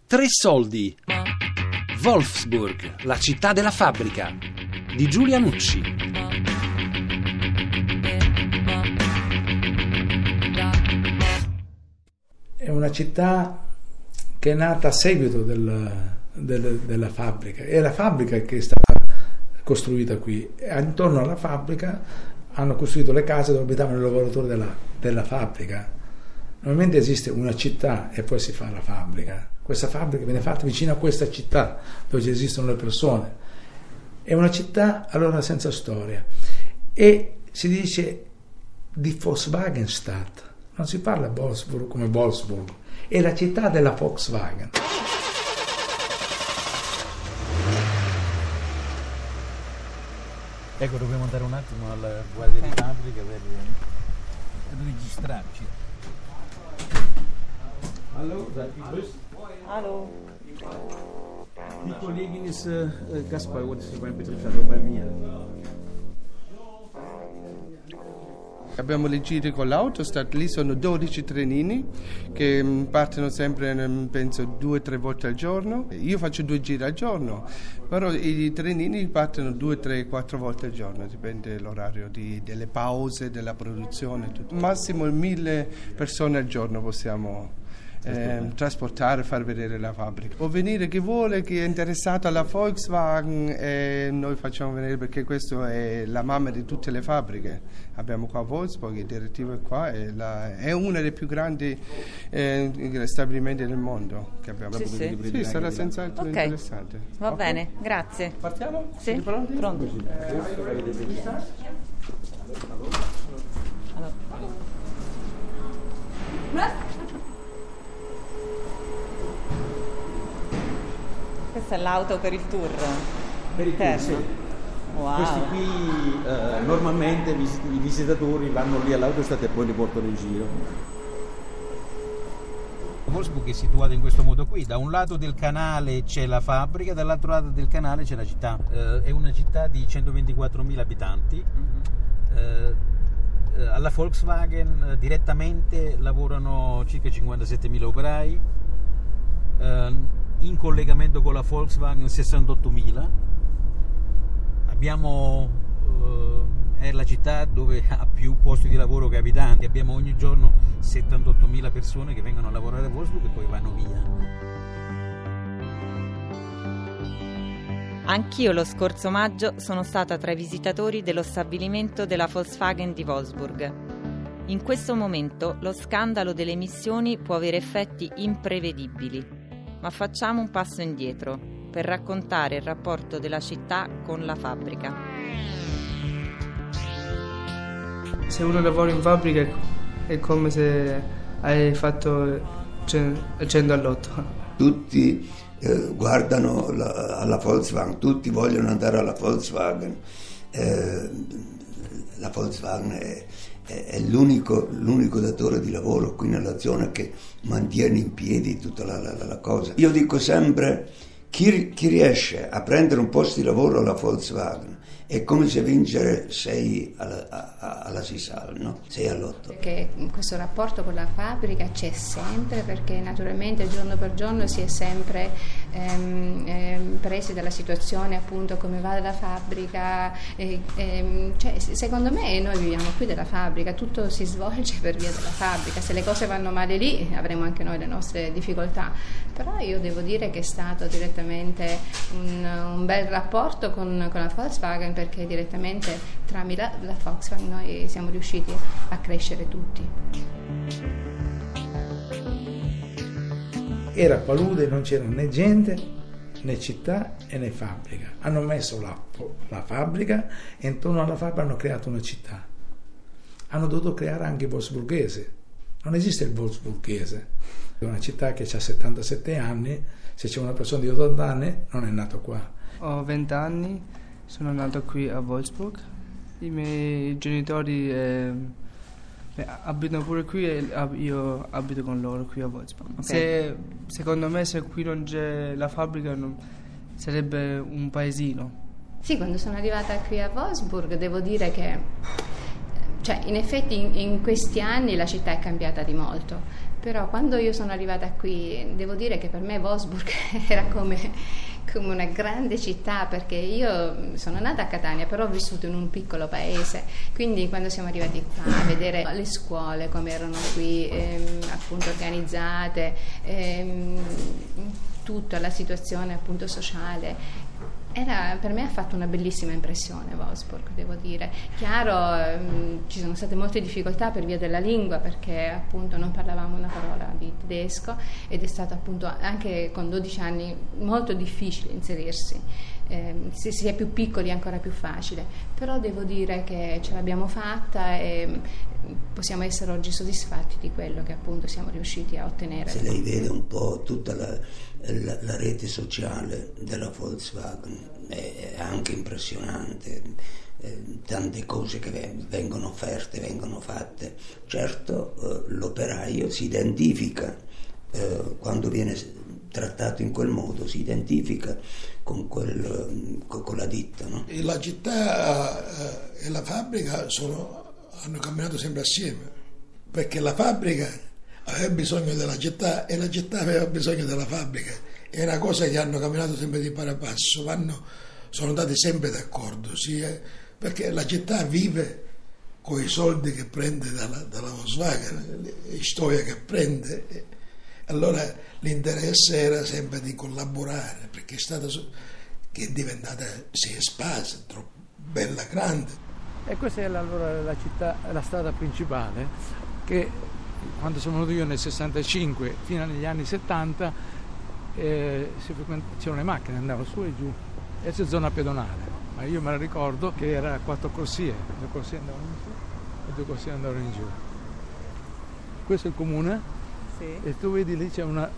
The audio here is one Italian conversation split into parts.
Tre soldi. Wolfsburg, la città della fabbrica, di Giulia Nucci. È una città che è nata a seguito della fabbrica. È la fabbrica che è stata costruita qui. E intorno alla fabbrica hanno costruito le case dove abitavano i lavoratori della fabbrica. Normalmente esiste una città e poi si fa la fabbrica. Questa fabbrica viene fatta vicino a questa città dove ci esistono le persone. È una città allora senza storia e si dice di Volkswagenstadt. Non si parla Wolfsburg come Wolfsburg, è la città della Volkswagen. Ecco, dobbiamo andare un attimo alla guardia di fabbrica per registrarci. Hallo, seid gegrüßt. Hallo. Die Kollegin ist Gast bei uns beim Betriebsrat, bei mir. Abbiamo le giri con l'Autostat, lì sono 12 trenini che partono sempre, penso, 2 o 3 volte al giorno. Io faccio 2 giri al giorno, però i trenini partono 2, 3, 4 volte al giorno, dipende dall'orario delle pause, della produzione, tutto. Massimo 1000 persone al giorno possiamo trasportare, far vedere la fabbrica. Può venire chi vuole, chi è interessato alla Volkswagen, e noi facciamo venire, perché questa è la mamma di tutte le fabbriche. Abbiamo qua Wolfsburg, il direttivo è qua, è uno dei più grandi stabilimenti del mondo che abbiamo. Sì, sarà senz'altro interessante. Va bene, grazie. Partiamo? Sì, pronti? Pronto. Questa è l'auto per il tour. Per il tour, sì. Wow. Questi qui normalmente i visitatori vanno lì all'Autostat e poi li portano in giro. Wolfsburg è situata in questo modo qui: da un lato del canale c'è la fabbrica, dall'altro lato del canale c'è la città. È una città di 124.000 abitanti. Alla Volkswagen direttamente lavorano circa 57.000 operai, in collegamento con la Volkswagen 68.000. È la città dove ha più posti di lavoro che abitanti. Abbiamo ogni giorno 78.000 persone che vengono a lavorare a Wolfsburg e poi vanno via. Anch'io lo scorso maggio sono stata tra i visitatori dello stabilimento della Volkswagen di Wolfsburg. In questo momento lo scandalo delle emissioni può avere effetti imprevedibili, ma facciamo un passo indietro per raccontare il rapporto della città con la fabbrica. Se uno lavora in fabbrica è come se hai fatto 100 all'otto. Tutti guardano alla Volkswagen, tutti vogliono andare alla Volkswagen. La Volkswagen è l'unico datore di lavoro qui nella zona che mantiene in piedi tutta la cosa. Io dico sempre, chi riesce a prendere un posto di lavoro alla Volkswagen è come se vincere 6 alla Sisal, no? 6 all'8. Perché questo rapporto con la fabbrica c'è sempre, perché naturalmente giorno per giorno si è sempre presi dalla situazione, appunto, come va la fabbrica. Cioè, secondo me noi viviamo qui della fabbrica, tutto si svolge per via della fabbrica. Se le cose vanno male lì avremo anche noi le nostre difficoltà, però io devo dire che è stato direttamente un bel rapporto con la Volkswagen, perché direttamente tramite la Volkswagen noi siamo riusciti a crescere tutti. Era palude, non c'era né gente, né città e né fabbrica. Hanno messo la fabbrica e intorno alla fabbrica hanno creato una città. Hanno dovuto creare anche il Wolfsburghese. Non esiste il Wolfsburghese. È una città che ha 77 anni, se c'è una persona di 80 anni non è nato qua. Ho 20 anni, sono nato qui a Wolfsburg. I miei genitori abitano pure qui e io abito con loro qui a Wolfsburg. Okay. Secondo me se qui non c'è la fabbrica sarebbe un paesino. Sì, quando sono arrivata qui a Wolfsburg devo dire che Cioè, in effetti in questi anni la città è cambiata di molto, però quando io sono arrivata qui devo dire che per me Wolfsburg era come una grande città, perché io sono nata a Catania, però ho vissuto in un piccolo paese, quindi quando siamo arrivati qua a vedere le scuole come erano qui appunto organizzate, tutta la situazione appunto sociale, per me ha fatto una bellissima impressione Wolfsburg, devo dire. Chiaro, ci sono state molte difficoltà per via della lingua, perché appunto non parlavamo una parola di tedesco ed è stato appunto anche con 12 anni molto difficile inserirsi. Se si è più piccoli è ancora più facile, però devo dire che ce l'abbiamo fatta e possiamo essere oggi soddisfatti di quello che appunto siamo riusciti a ottenere. Se lei vede un po' tutta la rete sociale della Volkswagen è anche impressionante, tante cose che vengono offerte, vengono fatte. Certo, l'operaio si identifica quando viene trattato in quel modo, si identifica con la ditta, no? E la città e la fabbrica hanno camminato sempre assieme, perché la fabbrica aveva bisogno della città e la città aveva bisogno della fabbrica. È una cosa che hanno camminato sempre di pari passo, sono andati sempre d'accordo, sì, perché la città vive con i soldi che prende dalla Volkswagen, le storie che prende. Allora l'interesse era sempre di collaborare, perché che è diventata, si è espasa, troppo bella, grande. E questa è allora la città, la strada principale, che quando sono venuto io nel 65 fino agli anni 70 c'erano le macchine, andavano su e giù, e c'è zona pedonale, ma io me la ricordo che era 4 corsie, 2 corsie andavano in su e 2 corsie andavano in giù. Questo è il comune. Sì. E tu vedi lì c'è un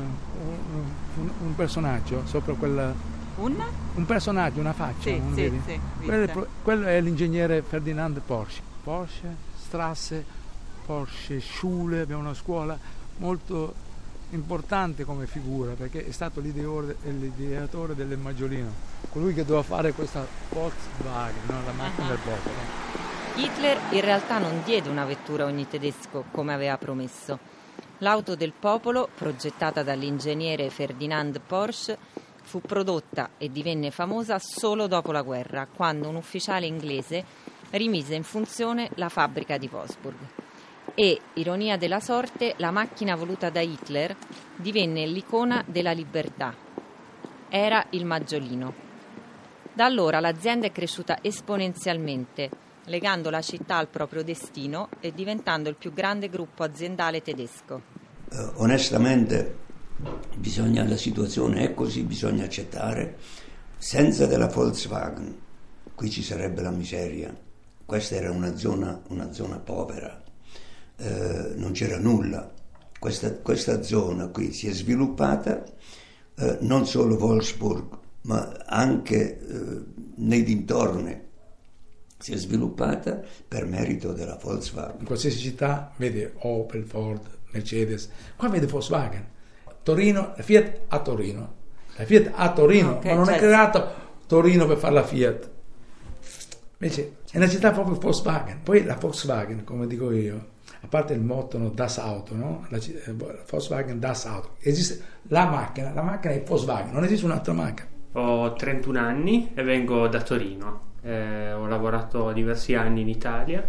personaggio sopra quella. Un personaggio, una faccia. Sì, non sì, vedi? Sì, quello è l'ingegnere Ferdinand Porsche. Porsche, Strasse, Porsche Schule, abbiamo una scuola molto importante come figura, perché è stato l'ideatore del Maggiolino, colui che doveva fare questa Volkswagen, no? La macchina del popolo. Hitler in realtà non diede una vettura a ogni tedesco come aveva promesso. L'auto del popolo, progettata dall'ingegnere Ferdinand Porsche, fu prodotta e divenne famosa solo dopo la guerra, quando un ufficiale inglese rimise in funzione la fabbrica di Wolfsburg. E, ironia della sorte, la macchina voluta da Hitler divenne l'icona della libertà. Era il Maggiolino. Da allora l'azienda è cresciuta esponenzialmente, legando la città al proprio destino e diventando il più grande gruppo aziendale tedesco. Onestamente la situazione è così, bisogna accettare. Senza della Volkswagen qui ci sarebbe la miseria. Questa era una zona povera, non c'era nulla. Questa zona qui si è sviluppata, non solo Wolfsburg ma anche nei dintorni si è sviluppata per merito della Volkswagen. In qualsiasi città vede Opel, Ford, Mercedes, qua vede Volkswagen. Torino, la Fiat a Torino. La Fiat a Torino, okay, ma non è creato Torino per fare la Fiat. Invece è una città proprio Volkswagen. Poi la Volkswagen, come dico io, a parte il motto, no, Das Auto, no? La Volkswagen Das Auto. Esiste la macchina è Volkswagen, non esiste un'altra macchina. Ho 31 anni e vengo da Torino. Ho lavorato diversi anni in Italia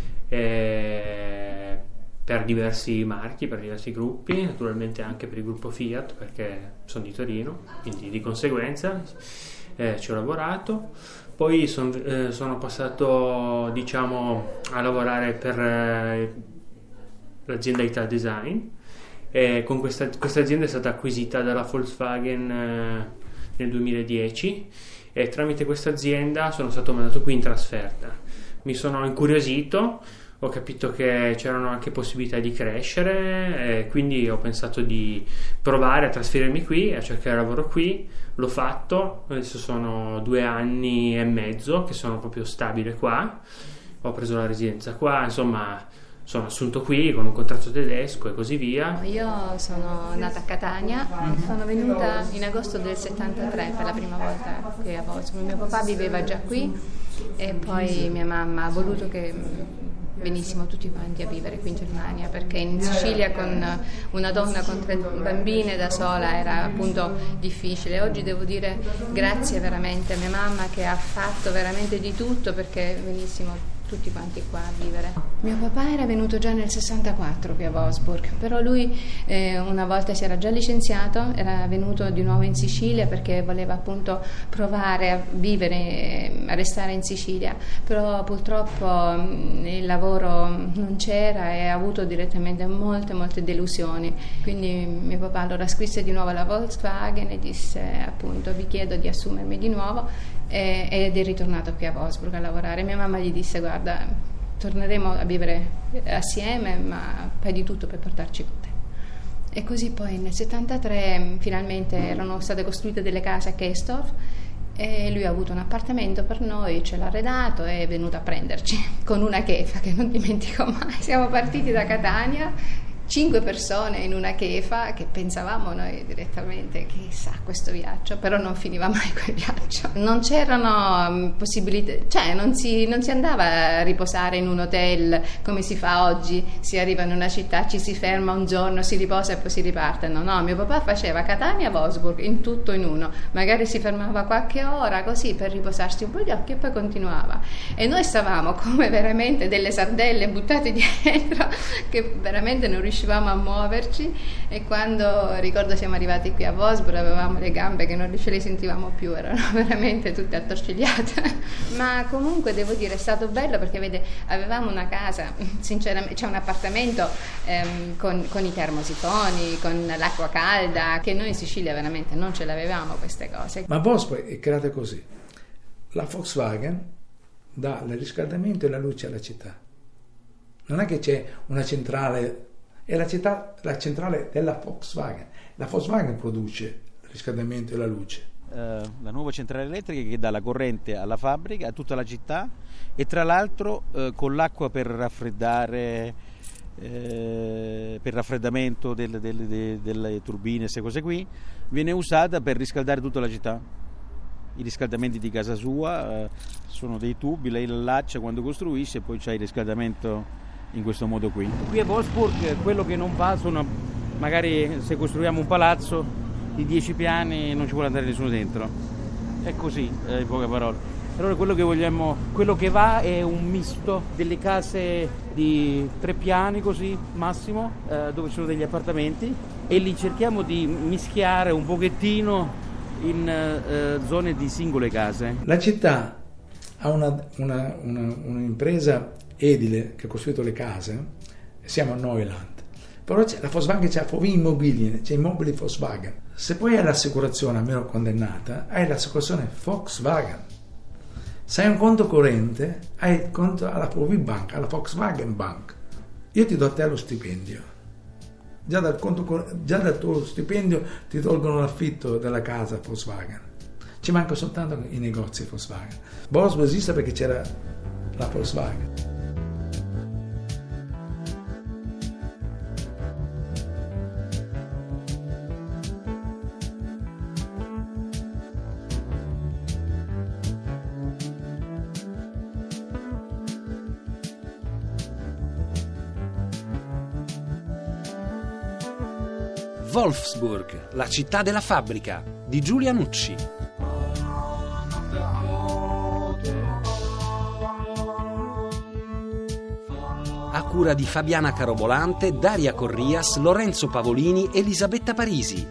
per diversi marchi, per diversi gruppi, naturalmente anche per il gruppo Fiat, perché sono di Torino, quindi di conseguenza ci ho lavorato. Poi sono passato, diciamo, a lavorare per l'azienda Ital Design, e con questa azienda è stata acquisita dalla Volkswagen nel 2010, e tramite questa azienda sono stato mandato qui in trasferta. Mi sono incuriosito, ho capito che c'erano anche possibilità di crescere, e quindi ho pensato di provare a trasferirmi qui, a cercare lavoro qui. L'ho fatto, adesso sono 2 anni e mezzo che sono proprio stabile qua, ho preso la residenza qua, insomma sono assunto qui con un contratto tedesco e così via. Io sono nata a Catania, sono venuta in agosto del 73 per la prima volta qui a Wolfsburg. Mio papà viveva già qui e poi mia mamma ha voluto che venissimo tutti quanti a vivere qui in Germania, perché in Sicilia con una donna con 3 bambine da sola era appunto difficile. Oggi devo dire grazie veramente a mia mamma che ha fatto veramente di tutto perché venissimo tutti quanti qua a vivere. Mio papà era venuto già nel 64 qui a Wolfsburg, però lui una volta si era già licenziato, era venuto di nuovo in Sicilia perché voleva appunto provare a vivere, a restare in Sicilia, però purtroppo il lavoro non c'era e ha avuto direttamente molte delusioni. Quindi mio papà allora scrisse di nuovo alla Volkswagen e disse appunto vi chiedo di assumermi di nuovo, ed è ritornato qui a Wolfsburg a lavorare. Mia mamma gli disse guarda, torneremo a vivere assieme, ma fai di tutto per portarci con te. E così poi nel 73 finalmente erano state costruite delle case a Kersdorf e lui ha avuto un appartamento per noi, ce l'ha arredato e è venuto a prenderci con una chefa che non dimentico mai. Siamo partiti da Catania, 5 persone in una chefa, che pensavamo noi direttamente chissà questo viaggio, però non finiva mai quel viaggio. Non c'erano possibilità, cioè non si andava a riposare in un hotel come si fa oggi, si arriva in una città, ci si ferma un giorno, si riposa e poi si riparte. No, mio papà faceva Catania-Wolfsburg in tutto in uno, magari si fermava qualche ora così per riposarsi un po' gli occhi e poi continuava. E noi stavamo come veramente delle sardelle buttate dietro, che veramente non riuscivamo a muoverci, e quando ricordo siamo arrivati qui a Wolfsburg avevamo le gambe che non ce le sentivamo più, erano veramente tutte attorcigliate. Ma comunque devo dire è stato bello perché vede, avevamo una casa, sinceramente c'è un appartamento con i termosifoni, con l'acqua calda, che noi in Sicilia veramente non ce l'avevamo queste cose. Ma Wolfsburg è creata così: la Volkswagen dà il riscaldamento e la luce alla città, non è che c'è una centrale. È la centrale della Volkswagen. La Volkswagen produce il riscaldamento e la luce. La nuova centrale elettrica che dà la corrente alla fabbrica, a tutta la città, e tra l'altro con l'acqua per raffreddare, per raffreddamento delle turbine, queste cose qui, viene usata per riscaldare tutta la città. I riscaldamenti di casa sua sono dei tubi, lei l'allaccia quando costruisce e poi c'è il riscaldamento in questo modo qui. Qui a Wolfsburg quello che non va sono, magari se costruiamo un palazzo di 10 piani non ci vuole andare nessuno dentro, è così in poche parole. Allora quello che vogliamo, quello che va è un misto delle case di 3 piani così massimo, dove ci sono degli appartamenti, e li cerchiamo di mischiare un pochettino in zone di singole case. La città ha un'impresa edile che ha costruito le case, siamo a Neuland, però la Volkswagen c'ha VW Immobilien, c'è immobili Volkswagen. Se poi hai l'assicurazione, almeno condannata, hai l'assicurazione Volkswagen. Se hai un conto corrente, hai il conto alla VW Bank, alla Volkswagen Bank. Io ti do a te lo stipendio, già dal tuo stipendio ti tolgono l'affitto della casa Volkswagen. Ci manca soltanto i negozi Volkswagen. Wolfsburg esiste perché c'era la Volkswagen. Wolfsburg, la città della fabbrica, di Giulia Nucci. A cura di Fabiana Carobolante, Daria Corrias, Lorenzo Pavolini, Elisabetta Parisi.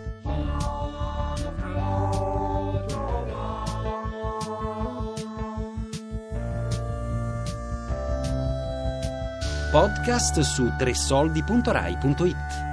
Podcast su 3soldi.rai.it.